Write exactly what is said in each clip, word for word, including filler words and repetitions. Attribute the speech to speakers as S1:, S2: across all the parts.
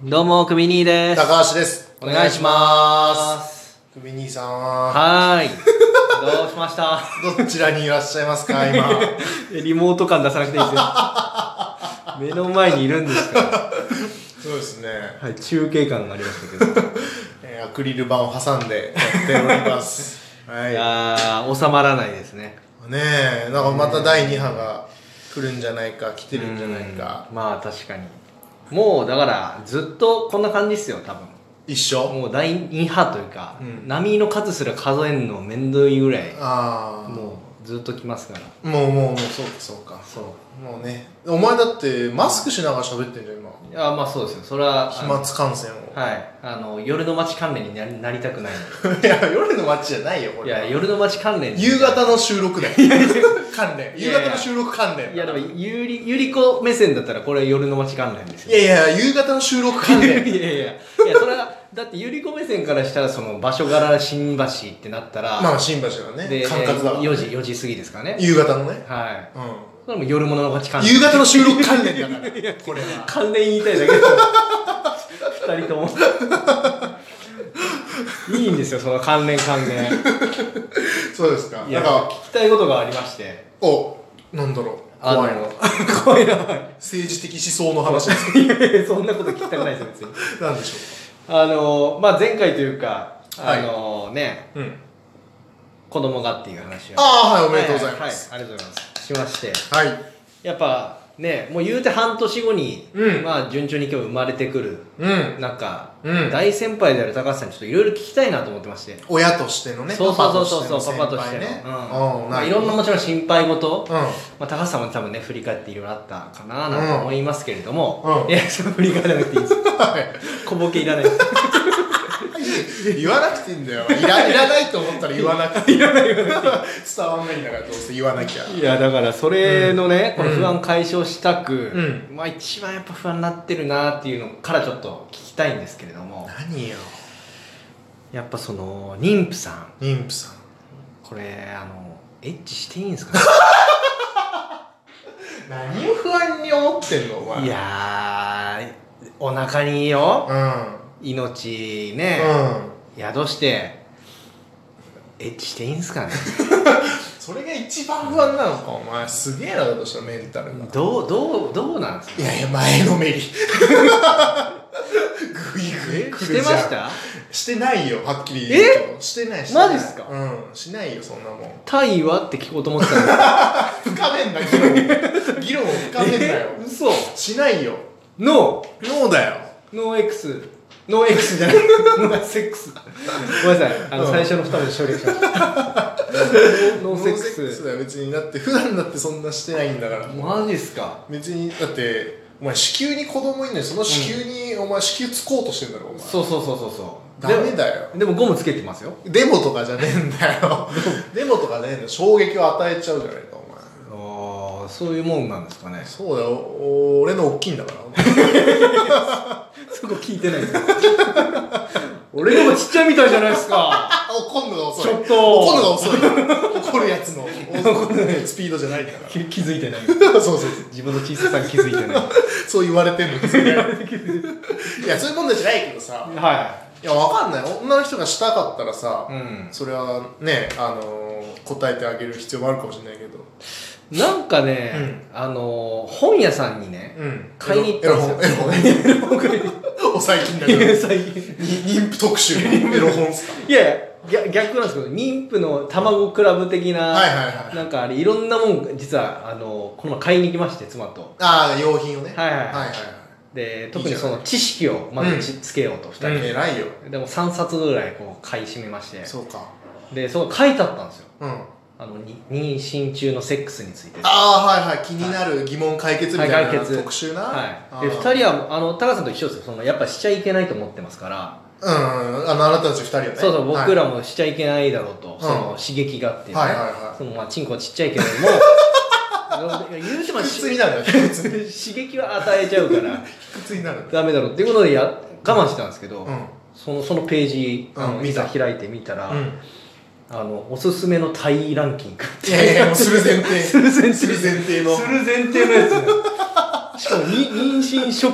S1: どうも、クビニーです。
S2: 高橋です。
S1: お願いします。
S2: クビニーさん
S1: はーい。どうしました
S2: どちらにいらっしゃいますか、今。
S1: リモート感出さなくていいですよ。目の前にいるんですから。
S2: そうですね。
S1: はい、中継感がありましたけど。
S2: えー、アクリル板を挟んでやっております。はい。
S1: いやー、収まらないですね。
S2: ねえ、なんかまただいに波が来るんじゃないか、来てるんじゃないか。
S1: まあ、確かに。もう、だから、ずっとこんな感じですよ、多分。
S2: 一緒
S1: もうだいに波というか、
S2: うん、
S1: 波の数すら数えるのめんどいぐらい、
S2: あ
S1: もうずっと来ますから。
S2: もうもうもうそうかそうか。
S1: そう。
S2: もうね、お前だってマスクしながら喋ってんじゃん今。
S1: いや、まあそうですよ。それは
S2: 飛沫感染を。
S1: はい。あの夜の街関連になり、なりたくないの
S2: いや夜の街じゃないよこれ。
S1: いや夜の街関連。
S2: 夕方の収録だよ。関連。夕方の収録関連。
S1: いやでもゆりゆり子目線だったらこれは夜の街関連ですよ。
S2: いやいや夕方の収録関連。
S1: いやいやいやそれはだってゆり子目線からしたらその場所柄新橋ってなったら
S2: まあ新橋だね。
S1: で
S2: 管轄だから、ね。
S1: よじよじ過ぎですかね。
S2: 夕方のね。
S1: はい。
S2: うん。
S1: それも夜物の街関連。
S2: 夕方の収録関連だから。これは。
S1: 関連言いたいだけで。二人とも。いいんですよその関連関連。
S2: そうですか。
S1: いや
S2: なんか
S1: 聞きたいことがありまして。
S2: お、なんだろう。怖いの。
S1: 怖いな。
S2: 政治的思想の話ですか。
S1: いやいやそんなこと聞きたくないですよ別に。
S2: なんでしょ
S1: あのまあ前回というかあ
S2: はい
S1: のね、
S2: う。うん。
S1: 子供がっていう話を。
S2: ああはいおめでとうございます。
S1: はい、はい、ありがとうございます。しまして。
S2: はい。
S1: やっぱねもう言うて半年後に、
S2: うん
S1: まあ順調に今日生まれてくる
S2: うん。
S1: 中、
S2: うん
S1: 大先輩である高橋さんにちょっといろいろ聞きたいなと思ってまして。
S2: 親としてのね。
S1: そうそうそうそうそうパパとしての、
S2: パパとしての先輩ね。
S1: うん
S2: うん。
S1: まあいろんなもちろん心配事、
S2: うん。
S1: まあ、高橋さんも多分ね振り返っていろいろあったかななんて思いますけれども、
S2: うん
S1: いやその振り返らなくていいです小ボケいらないです
S2: 言わなくていいんだよ。いらいらないと思ったら言わなくていい。
S1: いらない言わなくていい
S2: 伝わんないんだからどうせ言わなきゃ。
S1: いやだからそれのね、
S2: うん
S1: この不安解消したく、
S2: う
S1: まあ一番やっぱ不安になってるなっていうのからちょっと聞きたいんですけれども、
S2: 何よ。
S1: やっぱその妊婦さん
S2: 妊婦さん。
S1: これあのエッチしていいんですかね
S2: 何を不安に思ってんのお前。
S1: いやーお腹によ、
S2: うん
S1: 命ね、
S2: うん
S1: 宿してエッチしていいんすかね
S2: それが一番不安なのかお前。すげえなだとしたらメンタルが。
S1: どうどうどうなんですか。
S2: いやいや前のめりグイグイ来るじゃん。
S1: してました。
S2: してないよはっきり言うけど。してないしてない。
S1: マジっすか。
S2: うんしないよそんなもん。
S1: タイはって聞こうと思ってたんです
S2: 深めんな議論議論を深めんなよ。
S1: 嘘。
S2: しないよ。
S1: ノー
S2: ノーだよ。
S1: ノー X ノー X じゃないノーセックスごめんなさいあの、うん、最初のふた文字省略しましたノーセックス。ノーセックス
S2: だよ別に。だって普段だってそんなしてないんだから。
S1: マジっすか。
S2: 別にだってお前子宮に子供いんのにその子宮に、うん、お前子宮つこうとしてんだろお前。
S1: そうそうそうそうそう
S2: ダメだよ。
S1: でもゴムつけてますよ。
S2: デモとかじゃねえんだよデモとかねえんだよ。衝撃を与えちゃうじゃないかお前。
S1: ああそういうもんなんですかね。
S2: そうだよ俺の大きいんだから
S1: そこ聞いてないです俺のもちっちゃいみたいじゃないですか
S2: 怒るのが遅い。
S1: ちょっと
S2: 怒るのが遅い怒るやつのスピードじゃないんだから
S1: 気づいてない
S2: そうそうそう
S1: 自分の小ささに気づいてない
S2: そう言われてんのにいやそういう問題じゃないけどさ。
S1: はい
S2: いやわかんない。女の人がしたかったらさ、
S1: うん、
S2: それはねあのー、答えてあげる必要もあるかもしれないけど
S1: なんかね、うん、あのー、本屋さんにね、うん、買いに行ったんですよ。
S2: エロ本エロ本最近だけど最近妊婦特集のエロ本っすか。
S1: いやいや逆なんですけど妊婦の卵クラブ的な、
S2: はいはいはい、
S1: なんかあれいろんなもん実はあのこの前買いに行きまして妻と。
S2: ああ用品をね。
S1: はいはいはい、
S2: はいはい
S1: で特にその知識をまずつけようとふたりで、
S2: 偉いよ。
S1: でもさんさつぐらいこう買い占めまして。
S2: そうか。
S1: でそこ書いてあったんですよ、
S2: うん、
S1: あの妊娠中のセックスについて。
S2: ああはいはい気になる疑問解決みたいな、はい、特集な。
S1: はいでふたりはあの高橋さんと一緒ですよ。そのやっぱしちゃいけないと思ってますから。
S2: うん、うん、あのあなたたちふたりはね。
S1: そうそう僕らもしちゃいけないだろうと、はい、その刺激があってね、はいはいはい、そのまあチンコはちっちゃいけれども言うても
S2: 卑屈になる
S1: 刺激は与えちゃうから
S2: 卑屈になる
S1: ダメだろうっていうことでや我慢してたんですけど、うん、そのそのページ、
S2: うん、
S1: あのいざ開いてみたら、
S2: うん、
S1: あのおすすめのタイランキング
S2: いやいやもうする前提
S1: する前提
S2: する前提の
S1: する前提のやつしかも妊娠初期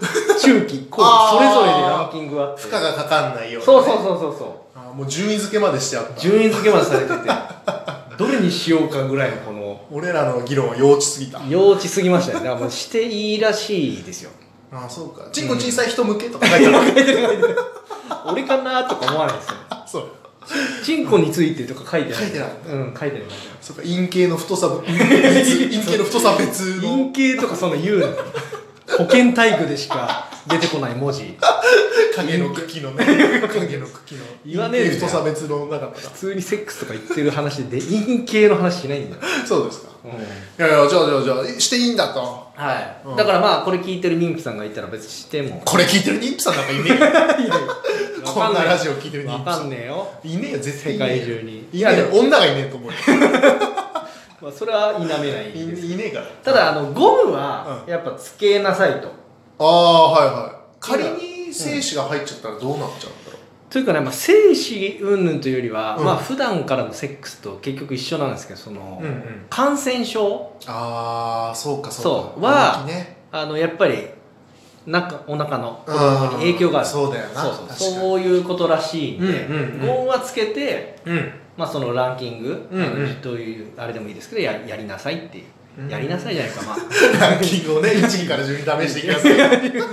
S1: 中期後期それぞれでランキングがあって、
S2: 負荷がかかんないように、ね、
S1: そうそうそうそうそ
S2: あもう順位付けまでしてあった
S1: 順位付けまでされててどれにしようかぐらいのこの
S2: 俺らの議論は幼稚すぎた。
S1: 幼稚すぎましたね。だからもうしていいらしいですよ。
S2: ああそうか。チンコ小さい人向けとか書いてある、
S1: 書いてる書いてる俺かなとか思わないですよ。
S2: そう
S1: チンコについてとか書いてない。
S2: 書いてない
S1: うん書いてない。
S2: そうか陰茎の太さ別陰茎の太さ別の
S1: 陰茎とかその言うの保健体育でしか出てこない文字
S2: 影の茎のね影の茎の
S1: 言わねえんだよ
S2: 太さ別のなかった
S1: 普通にセックスとか言ってる話で陰茎の話しないんだよ、
S2: そうですか、
S1: うん、
S2: いやいやじゃあじゃあじゃあしていいんだと、
S1: はい、
S2: うん、
S1: だからまあこれ聞いてる妊婦さんがいたら別にしても
S2: これ聞いてる妊婦さんなんかいねえよこんなラジオ聞いてる妊婦さん
S1: わかんねえよ
S2: いねえよ絶対
S1: 世界中に
S2: いやでも女がいねえと思うよ
S1: まあそれは否めない
S2: い
S1: です
S2: いねえから
S1: ただあのゴムはやっぱつけなさいと、
S2: ああはいはい仮に精子が入っちゃったらどうなっちゃうんだろう、
S1: というかね、まあ、精子云々というよりは、
S2: うん、
S1: まあ普段からのセックスと結局一緒なんですけど、その、
S2: うんうん、
S1: 感染症
S2: ああそうかそうか
S1: そうは、
S2: ね、
S1: あのやっぱり中お腹の子供に影響がある、
S2: そうだよな、
S1: そうそうそういうことらしいんで、
S2: うんうんうん、
S1: ゴムはつけて、
S2: うん
S1: まあ、そのランキング、
S2: うんうん、
S1: どういうあれでもいいですけど や, やりなさいっていう、うん、やりなさいじゃないか、ま
S2: あランキングをねいちいから順に試していきなさい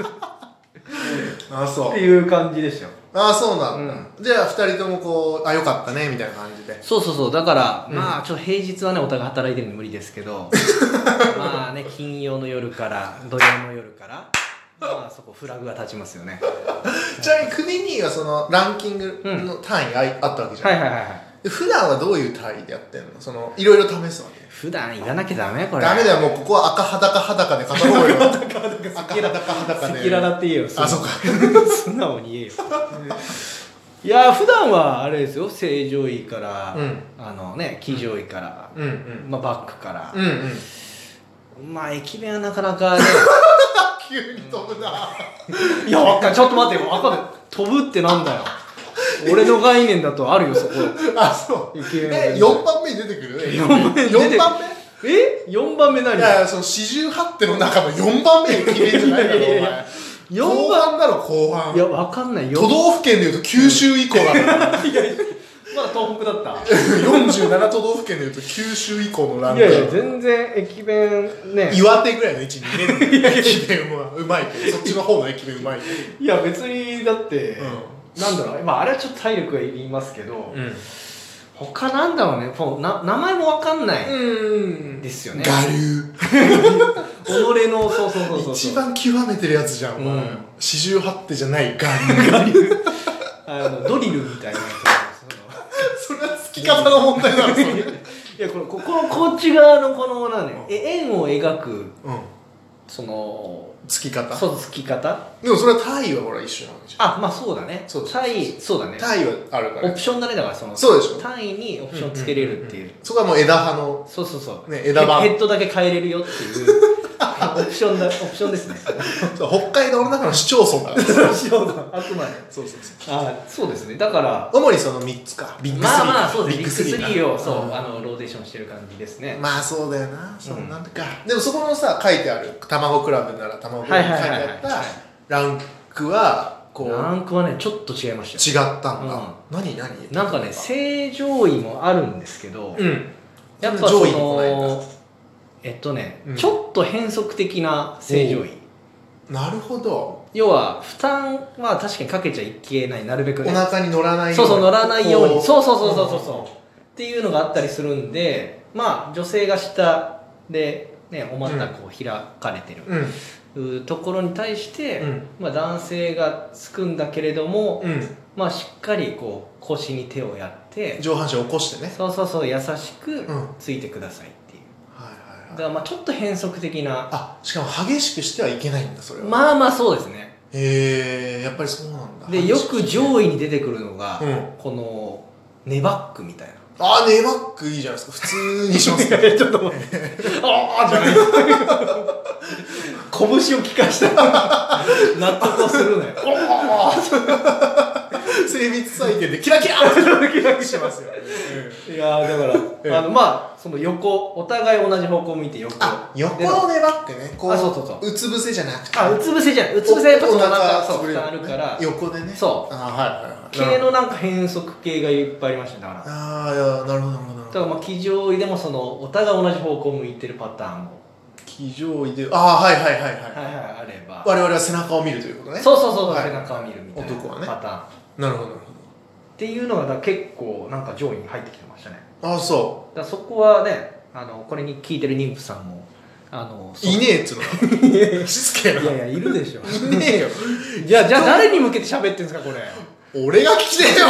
S2: あそう
S1: っていう感じでしたよ。
S2: ああそうなんだ、
S1: うん、
S2: じゃあふたりともこうあよかったねみたいな感じで、
S1: そうそうそうだから、
S2: うん、
S1: まあちょっと平日はねお互い働いてるの無理ですけどまあね金曜の夜から土曜の夜からまあそこフラグが立ちますよね
S2: ちなみに国にはそのランキングの単位があったわけじゃん、
S1: はいはいはいはい。
S2: 普段はどういう単位でやってんの？そのいろいろ試すわけ？
S1: 普段言わなきゃダメこれ。
S2: ダメだよもうここは赤裸裸で語ろうよ赤裸裸で
S1: 赤裸々って言えよ。
S2: あそうか
S1: 素直に言えよいや普段はあれですよ正常位から、うん、あのね騎乗位から、うんうんまあ、バックから、うんうん、まあ駅弁はなかなかね
S2: 急に飛ぶな、
S1: うん、いやわかちょっと待ってよ赤で飛ぶってなんだよ俺の概念だとあるよそこ
S2: あそうえよんばんめに出てくる
S1: よんばんめ
S2: よんばんめ
S1: えよんばんめ何
S2: いやその四十八手の中のよんばんめ駅弁じゃないだろお前後半だろ後半
S1: いやわかんないよ
S2: 都道府県でいうと九州以降だから
S1: いやまだ東北だった
S2: よんじゅうなな都道府県でいうと九州以降のランク
S1: いやいや全然駅弁ね
S2: 岩手ぐらいの位置に入れる駅弁はうまいけどそっちの方の駅弁うまいけど
S1: いや別にだって、うん、なんだろうまああれはちょっと体力がいりますけど、うん、他なんだろうねもうな名前もわかんないですよね
S2: 我流
S1: 己のそうそうそうそう
S2: 一番極めてるやつじゃんお前四十八手じゃない
S1: 我流あのドリルみたいな
S2: それはつき方の問題なのそれい
S1: やこのここのこっち側のこのなね円を描く、うん、その
S2: つき方
S1: そうつき方
S2: でもそれは単位はほら一緒なんでしょ
S1: あまあそうだね
S2: そう
S1: 単位そうだね
S2: 単位はあるから
S1: オプションだねだからその
S2: そうでしょ
S1: 単位にオプションつけれるっていう、うんうんうん、
S2: そこはもう枝葉の
S1: そうそうそう、
S2: ね、枝葉
S1: ヘッドだけ変えれるよっていうオプションだオプションですね
S2: 北海道の中の市町村だから
S1: 市町村あくまで
S2: そうそうそう
S1: あそうですねだから
S2: 主にそのみっつかビッグスリー
S1: まあまあそうですビッグスリーをそう、
S2: うん、
S1: あのローテーションしてる感じですね
S2: まあそうだよなそうなんだか、うん、でもそこのさ書いてある卵クラブなら卵クラブに書いてあったランクはこう
S1: ランクはねちょっと違いました
S2: よ違ったんだ、うん、何何
S1: なんかね正常位もあるんですけど、うん、やっぱ
S2: そ
S1: そのえっとね、うん、ちょっと変則的な正常位
S2: なるほど
S1: 要は負担は確かにかけちゃいけないなるべくね
S2: お腹に乗らないように
S1: そうそう乗らないようにそうそうそうそうそうそう、うん、っていうのがあったりするんでまあ女性が下でねお股こう開かれてる、うん、ところに対して、うん、まあ、男性がつくんだけれども、うん、まあしっかりこう腰に手をやって
S2: 上半身を起こしてね
S1: そうそうそう優しくついてくださいっていう、うん、はいはいはい、だからまあちょっと変則的な
S2: あしかも激しくしてはいけないんだそれは
S1: まあまあそうですね
S2: へえやっぱりそうなんだ
S1: でよく上位に出てくるのが、うん、このネバックみたいな
S2: あーネバックいいじゃないですか普通にしますね
S1: ちょっと待ってああじゃない拳を利かした納得をするね
S2: 精密採点でキラキラってキラキラしますよ、
S1: うん、いやだからあのまあその横お互い同じ方向向いて横
S2: あ横のねバックねこう
S1: あそうそうそう
S2: うつ伏せじゃなくて
S1: あうつ伏せじゃないうつ伏せはやっぱそのなんかそう
S2: お腹
S1: 負担あるから
S2: 横でね
S1: そう
S2: あはいはいはい
S1: 系のなんか変則系がいっぱいありましたねだから
S2: ああいやなるほどなるほど
S1: だからまあ騎乗位でもそのお互い同じ方向向いてるパターンも
S2: 騎乗位でああはいはいはいはい、
S1: はいはいあれば
S2: 我々は背中を見るということね
S1: そうそうそうそう、
S2: はい
S1: 背中を見るみたいな
S2: 男はね
S1: パターンっ
S2: なるほどなる
S1: ていうのがだから結構なんか上位に入ってきてましたね
S2: ほどああそ
S1: だからそこはねあのこれに聞いてる妊婦さんもあの
S2: ういねえっつうのしつけえない
S1: やいやいるでしょ
S2: いねえよ
S1: じゃあじゃあ誰に向けて喋ってんですかこれ
S2: 俺が聞きてえよ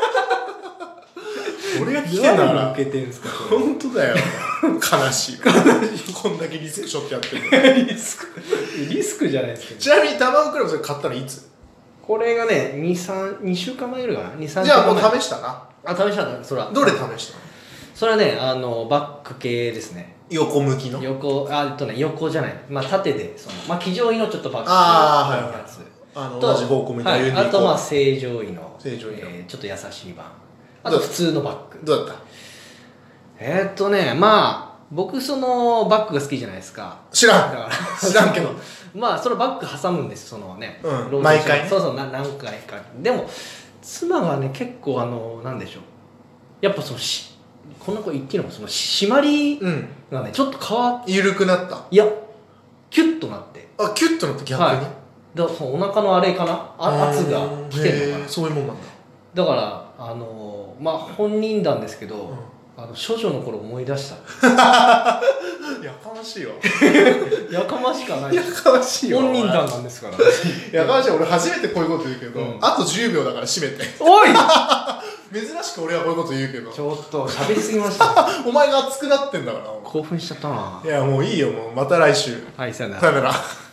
S2: 俺が聞きてえんだから
S1: 誰に向けてんですかこれ
S2: 本当だよ悲しいこんだけリスクショットやってるの
S1: リスクリスクじゃないですけど
S2: ちなみに卵クラブそれ買ったのいつ
S1: これがねにさんにしゅうかんまえぐらいかなにさん
S2: じゃあもう
S1: 試
S2: 試したな
S1: あ試したんだそれは
S2: どれ試したの
S1: それはねあのバック系ですね
S2: 横向きの
S1: 横あえっとね横じゃないまあ縦でそのまあ騎乗位のちょっとバック
S2: あーはいはい
S1: のやつ
S2: あの
S1: と
S2: 同じ方向向いて
S1: はい、
S2: 歩んでいこう
S1: あとまあ正常位の
S2: 正常位の
S1: えーちょっと優しい版あと普通のバック
S2: どうだった
S1: えー、っとねまあ僕そのバックが好きじゃないですか
S2: 知らん
S1: だから
S2: 知らんけど
S1: まあそのバック挟むんですそのね、
S2: うん
S1: ローテーション
S2: 毎回ね
S1: そうそうな何回かでも妻がね結構あのなんでしょうやっぱそのしこんな子言ってるのもその締まり
S2: うん
S1: がねちょっと変わっ
S2: 緩くなった
S1: いやキュッとなって
S2: あキュッとなって逆に、
S1: はいだからそのお腹のあれかなあ圧が来てるのか
S2: へーそういうもんなんだ
S1: なだからあのまあ本人なんですけど、
S2: うん
S1: あの処女の頃思い出した
S2: やかましいわ
S1: やかましかない
S2: やかましいわ
S1: 本人談なんですから
S2: やかましい俺初めてこういうこと言うけど、
S1: うん
S2: あとじゅうびょうだから閉めて
S1: おい
S2: 珍しく俺はこういうこと言うけど
S1: ちょっと喋りすぎましたね
S2: お前が熱くなってんだから
S1: 興奮しちゃったない
S2: やもういいよもうまた来週
S1: はいさよなら
S2: さよなら